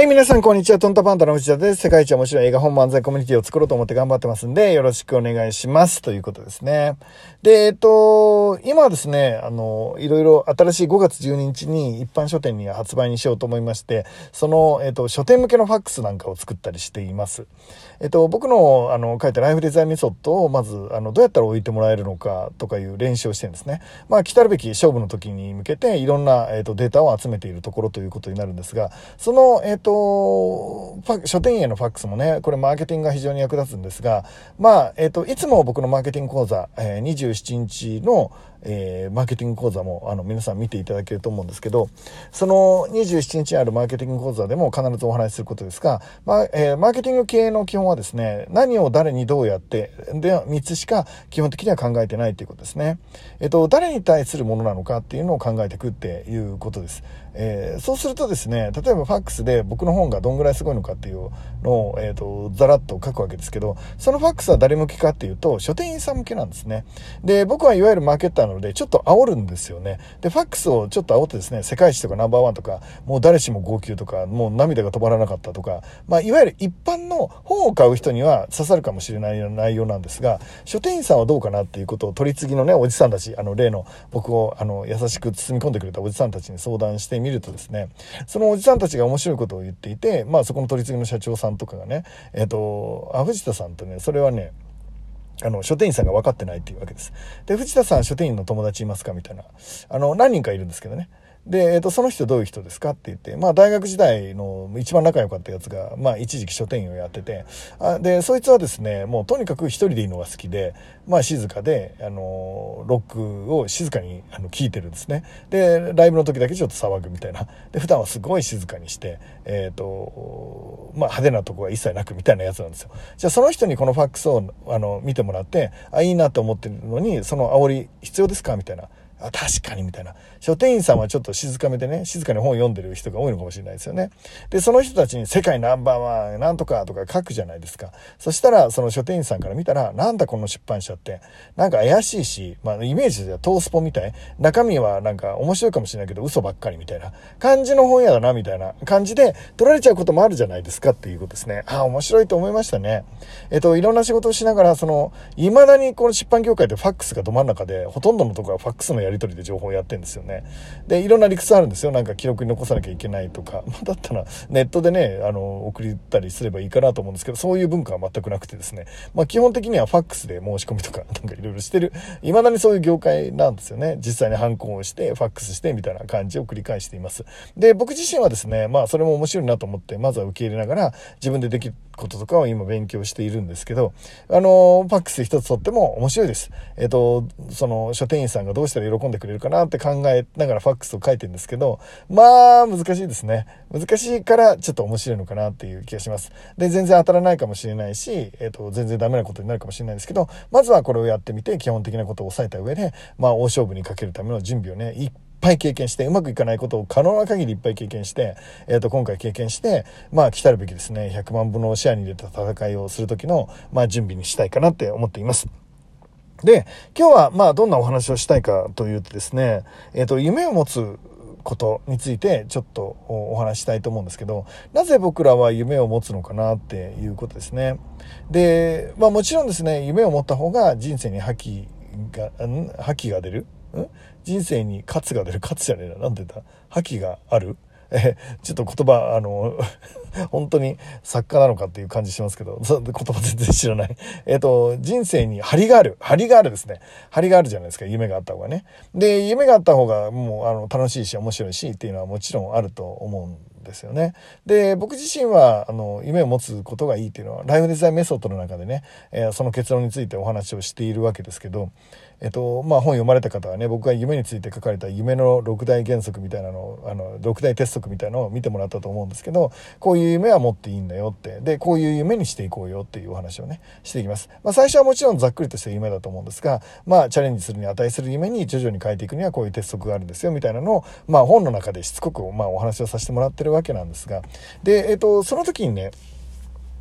はい、皆さん、こんにちは。トンタパンダの藤田です。世界一面白い映画本漫才コミュニティを作ろうと思って頑張ってますんで、よろしくお願いします。ということですね。で、今はですね、いろいろ新しい5月12日に一般書店に発売にしようと思いまして、その、書店向けのファックスなんかを作ったりしています。僕の、書いたライフデザインメソッドを、まず、どうやったら置いてもらえるのかとかいう練習をしてるんですね。まあ、来たるべき勝負の時に向けて、いろんな、データを集めているところということになるんですが、その、書店へのファックスもね、これマーケティングが非常に役立つんですが、まあ、いつも僕のマーケティング講座、27日の、マーケティング講座も皆さん見ていただけると思うんですけど、その27日あるマーケティング講座でも必ずお話しすることですが、マーケティング系の基本はですね、何を誰にどうやってで3つしか基本的には考えてないということですね。誰に対するものなのかっていうのを考えていくっていうことです。そうするとですね、例えばファックスで僕の本がどんぐらいすごいのかっていうのを、ざらっと書くわけですけど、そのファックスは誰向けかっていうと書店員さん向けなんですね。で、僕はいわゆるマーケッターなのでちょっと煽るんですよね。で、ファックスをちょっと煽ってですね、世界一とかナンバーワンとか、もう誰しも号泣とか、もう涙が止まらなかったとか、まあ、いわゆる一般の本を買う人には刺さるかもしれない内容なんですが、書店員さんはどうかなっていうことを取り次ぎのね、おじさんたち、例の僕を優しく包み込んでくれたおじさんたちに相談してみるとですね、そのおじさんたちが面白いことを言っていて、まあそこの取り次ぎの社長さんとかがね、藤田さんとね、それはね、書店員さんが分かってないっていうわけです。で、藤田さん書店員の友達いますかみたいな。何人かいるんですけどね。で、その人どういう人ですかって言って、まあ大学時代の一番仲良かったやつが、まあ一時期書店員をやってて、で、そいつはですね、もうとにかく一人でいるのが好きで、まあ静かで、ロックを静かに聴いてるんですね。で、ライブの時だけちょっと騒ぐみたいな。で、普段はすごい静かにして、まあ派手なとこは一切なくみたいなやつなんですよ。じゃあその人にこのファックスを見てもらって、いいなと思ってるのに、その煽り必要ですかみたいな。確かにみたいな。書店員さんはちょっと静かめでね、静かに本を読んでる人が多いのかもしれないですよね。で、その人たちに世界ナンバーワンなんとかとか書くじゃないですか。そしたら、その書店員さんから見たら、なんだこの出版社って、なんか怪しいし、まあイメージではトースポみたい。中身はなんか面白いかもしれないけど嘘ばっかりみたいな感じの本屋だなみたいな感じで取られちゃうこともあるじゃないですかっていうことですね。面白いと思いましたね。いろんな仕事をしながら、未だにこの出版業界でファックスがど真ん中で、ほとんどのところはファックスのやり取りで情報をやってるんですよね。で、いろんな理屈あるんですよ。なんか記録に残さなきゃいけないとか、だったらネットでね、送ったりすればいいかなと思うんですけど、そういう文化は全くなくてですね、まあ基本的にはファックスで申し込みとか、なんかいろいろしてる、未だにそういう業界なんですよね。実際にハンコをして、ファックスしてみたいな感じを繰り返しています。で、僕自身はですね、まあそれも面白いなと思って、まずは受け入れながら、自分でできることとかを今勉強しているんですけど、ファックス一つとっても面白いです。その書店員さんがどうしたら喜んでくれるかなって考えながらファックスを書いてるんですけど、まあ難しいですね。難しいからちょっと面白いのかなっていう気がします。で、全然当たらないかもしれないし、全然ダメなことになるかもしれないですけど、まずはこれをやってみて基本的なことを押さえた上で、まあ大勝負にかけるための準備をね、いっぱい経験して、うまくいかないことを可能な限りいっぱい経験して、今回経験して、まあ来たるべきですね、100万分のシェアに入れた戦いをする時の、まあ準備にしたいかなって思っています。で、今日はまあどんなお話をしたいかというとですね、夢を持つことについてちょっとお話ししたいと思うんですけど、なぜ僕らは夢を持つのかなっていうことですね。で、まあもちろんですね、夢を持った方が人生に覇気が出る、人生に勝つが出る、勝つじゃねえな、なんて言った覇気がある、ちょっと言葉、本当に作家なのかっていう感じしますけど、言葉全然知らない。人生に張りがあるですね。張りがあるじゃないですか、夢があった方がね。で、夢があった方がもう、楽しいし面白いしっていうのはもちろんあると思うんですよね。で、僕自身は、夢を持つことがいいっていうのは、ライフデザインメソッドの中でね、その結論についてお話をしているわけですけど、まあ本読まれた方はね、僕が夢について書かれた夢の6大原則みたいなのを、6大鉄則みたいなのを見てもらったと思うんですけど、こういう夢は持っていいんだよって、で、こういう夢にしていこうよっていうお話をね、していきます。まあ最初はもちろんざっくりとした夢だと思うんですが、まあチャレンジするに値する夢に徐々に変えていくにはこういう鉄則があるんですよみたいなのを、まあ本の中でしつこくまあお話をさせてもらってるわけなんですが、で、その時にね、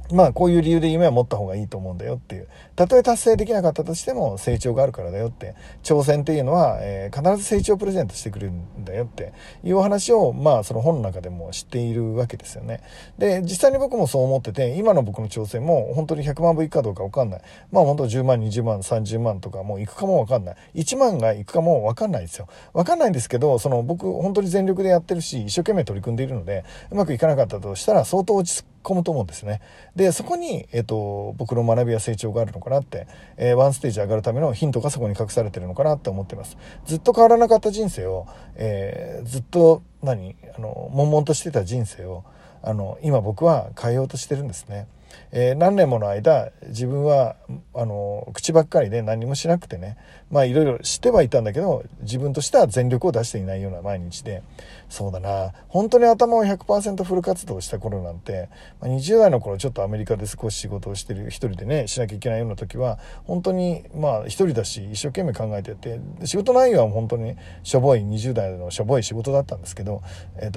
まあこういう理由で夢は持った方がいいと思うんだよっていう。たとえ達成できなかったとしても成長があるからだよって。挑戦っていうのは、必ず成長をプレゼントしてくれるんだよっていうお話を、まあその本の中でも知っているわけですよね。で、実際に僕もそう思ってて、今の僕の挑戦も本当に100万部いくかどうかわかんない。まあ本当10万、20万、30万とかもういくかもわかんない。1万がいくかもわかんないですよ。わかんないんですけど、僕本当に全力でやってるし、一生懸命取り組んでいるので、うまくいかなかったとしたら相当落ち込むと思うんですね。で、そこに、僕の学びや成長があるのかなって、ワンステージ上がるためのヒントがそこに隠されてるのかなって思ってます。ずっと変わらなかった人生を、ずっと悶々としてた人生を、今僕は変えようとしてるんですね。何年もの間自分は口ばっかりで何もしなくてね、まあいろいろしてはいたんだけど自分としては全力を出していないような毎日で、そうだな、本当に頭を 100% フル活動した頃なんて、20代の頃ちょっとアメリカで少し仕事をしてる一人でねしなきゃいけないような時は本当にまあ一人だし一生懸命考えてて、仕事内容は本当にしょぼい20代のしょぼい仕事だったんですけど、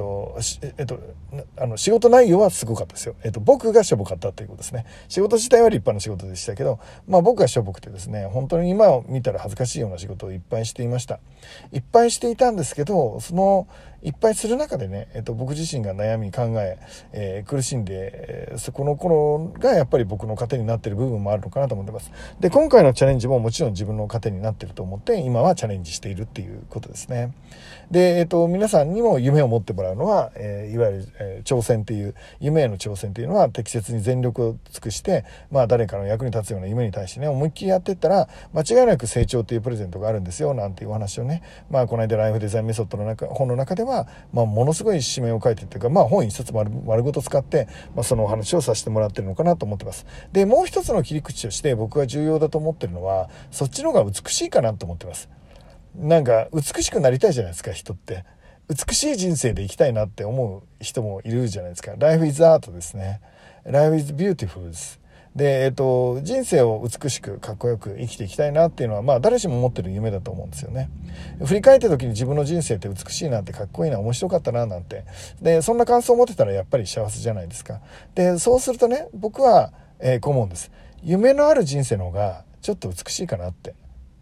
仕事内容はすごかったですよ。僕がしょぼかったということですね。仕事自体は立派な仕事でしたけど、まあ僕がしょぼくてですね、本当に今を見たら恥ずかしいような仕事をいっぱいしていました。いっぱいしていたんですけど、そのいっぱいする中でね、僕自身が悩み考え苦しんで、そこの頃がやっぱり僕の糧になっている部分もあるのかなと思ってます。で、今回のチャレンジももちろん自分の糧になっていると思って今はチャレンジしているっていうことですね。で、皆さんにも夢を持ってもらうのは、いわゆる、挑戦っていう夢への挑戦っていうのは適切に全力を尽くして、まあ誰かの役に立つような夢に対してね思いっきりやっていったら間違いなく成長っていうプレゼントがあるんですよなんていうお話をね、まあこの間ライフデザインメソッドの本の中では、まあものすごい指名を書いてっていうか、まあ本一冊丸ごと使って、まあそのお話をさせてもらってるのかなと思ってます。で、もう一つの切り口として僕が重要だと思ってるのはそっちの方が美しいかなと思ってます。なんか美しくなりたいじゃないですか、人って。美しい人生で生きたいなって思う人もいるじゃないですか。Life is art ですね。Life is beautiful です。で、人生を美しくかっこよく生きていきたいなっていうのは、まあ誰しも持ってる夢だと思うんですよね。振り返った時に自分の人生って美しいなってかっこいいな面白かったななんて。で、そんな感想を持ってたらやっぱり幸せじゃないですか。で、そうするとね、僕は、こう思うんです。夢のある人生の方がちょっと美しいかなって。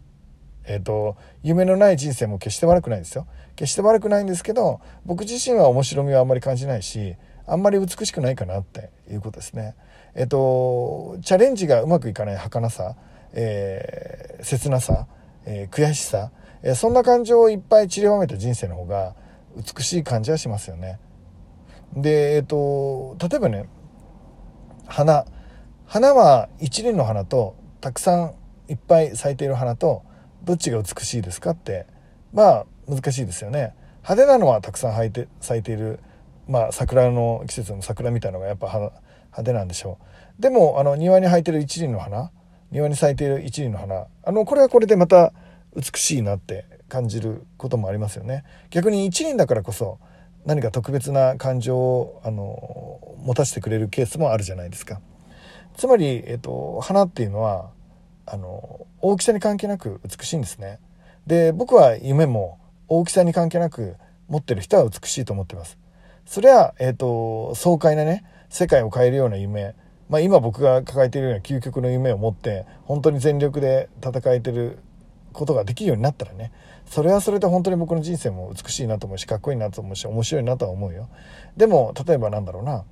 夢のない人生も決して悪くないですよ。決して悪くないんですけど、僕自身は面白みはあんまり感じないし、あんまり美しくないかなっていうことですね。チャレンジがうまくいかない儚さ、切なさ、悔しさ、そんな感情をいっぱい散りばめた人生の方が美しい感じはしますよね。で、例えばね、花は一輪の花とたくさんいっぱい咲いている花とどっちが美しいですかって、まあ難しいですよね。派手なのはたくさん咲いている、まあ桜の季節の桜みたいなのがやっぱ派手なんでしょう。でも庭に咲いている一輪の花、庭に咲いている一輪の花、これはこれでまた美しいなって感じることもありますよね。逆に一輪だからこそ何か特別な感情を持たせてくれるケースもあるじゃないですか。つまり、花っていうのは大きさに関係なく美しいんですね。で、僕は夢も大きさに関係なく持ってる人は美しいと思ってます。それは、爽快なね、世界を変えるような夢、まあ今僕が抱えているような究極の夢を持って本当に全力で戦えてることができるようになったらね、それはそれで本当に僕の人生も美しいなと思うし、かっこいいなと思うし、面白いなとは思うよ。でも例えばなんだろうな、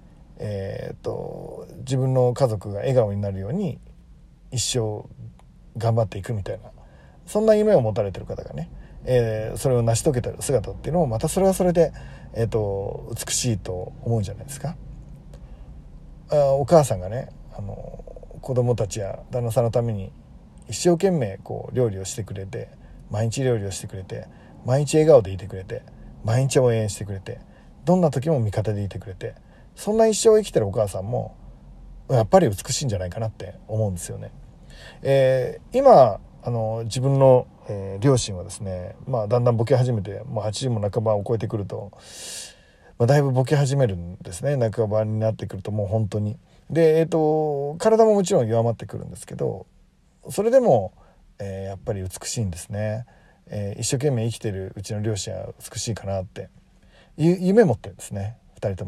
自分の家族が笑顔になるように一生頑張っていくみたいな、そんな夢を持たれてる方がね、それを成し遂げた姿っていうのもまたそれはそれで、美しいと思うんじゃないですか。お母さんがね、子供たちや旦那さんのために一生懸命こう料理をしてくれて、毎日料理をしてくれて、毎日笑顔でいてくれて、毎日応援してくれて、どんな時も味方でいてくれて、そんな一生を生きてるお母さんもやっぱり美しいんじゃないかなって思うんですよね。今自分の、両親はですね、まあだんだんボケ始めて、もう80も半ばを超えてくると、まあ、だいぶボケ始めるんですね。半ばになってくるともう本当に。で、体ももちろん弱まってくるんですけど、それでも、やっぱり美しいんですね。一生懸命生きてるうちの両親は美しいかなっていう夢持ってるんですね、2人ともね。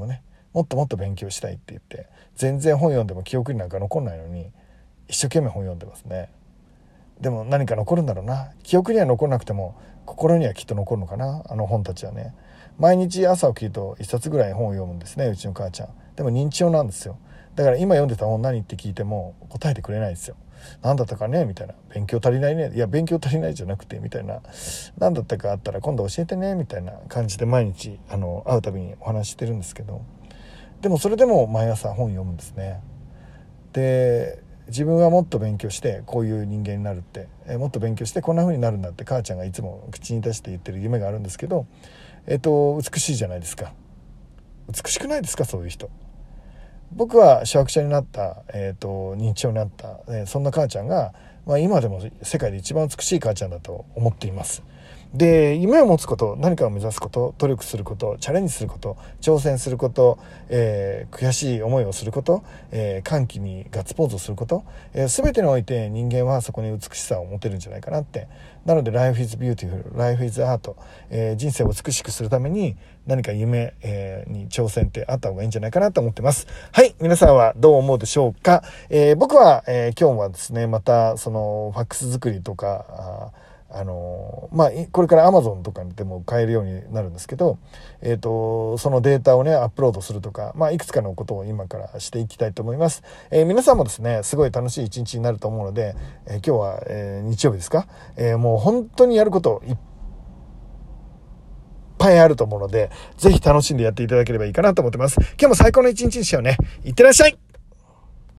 もっともっと勉強したいって言って、全然本読んでも記憶になんか残んないのに一生懸命本読んでますね。でも何か残るんだろうな。記憶には残らなくても心にはきっと残るのかな、あの本たちはね。毎日朝起きると一冊ぐらい本を読むんですね、うちの母ちゃん。でも認知症なんですよ。だから今読んでた本何って聞いても答えてくれないですよ。何だったかねみたいな。勉強足りないね。いや勉強足りないじゃなくてみたいな。何だったかあったら今度教えてねみたいな感じで毎日会うたびにお話してるんですけど、でもそれでも毎朝本読むんですね。で、自分はもっと勉強してこういう人間になるって、もっと勉強してこんな風になるんだって母ちゃんがいつも口に出して言ってる夢があるんですけど、美しいじゃないですか。美しくないですか、そういう人。僕は視覚者になった、認知症になった、そんな母ちゃんが、今でも世界で一番美しい母ちゃんだと思っています。で、夢を持つこと、何かを目指すこと、努力すること、チャレンジすること、挑戦すること、悔しい思いをすること、歓喜にガッツポーズをすること、全てにおいて人間はそこに美しさを持てるんじゃないかなって。なので Life is beautiful, Life is art、人生を美しくするために何か夢、に挑戦ってあった方がいいんじゃないかなと思ってます。はい、皆さんはどう思うでしょうか。僕は、今日はですね、またそのファックス作りとか、これから Amazon とかでも買えるようになるんですけど、そのデータをねアップロードするとか、いくつかのことを今からしていきたいと思います。皆さんもですねすごい楽しい一日になると思うので、今日は、日曜日ですか、もう本当にやることいっぱいあると思うので、ぜひ楽しんでやっていただければいいかなと思ってます。今日も最高の一日にしようね。いってらっしゃい。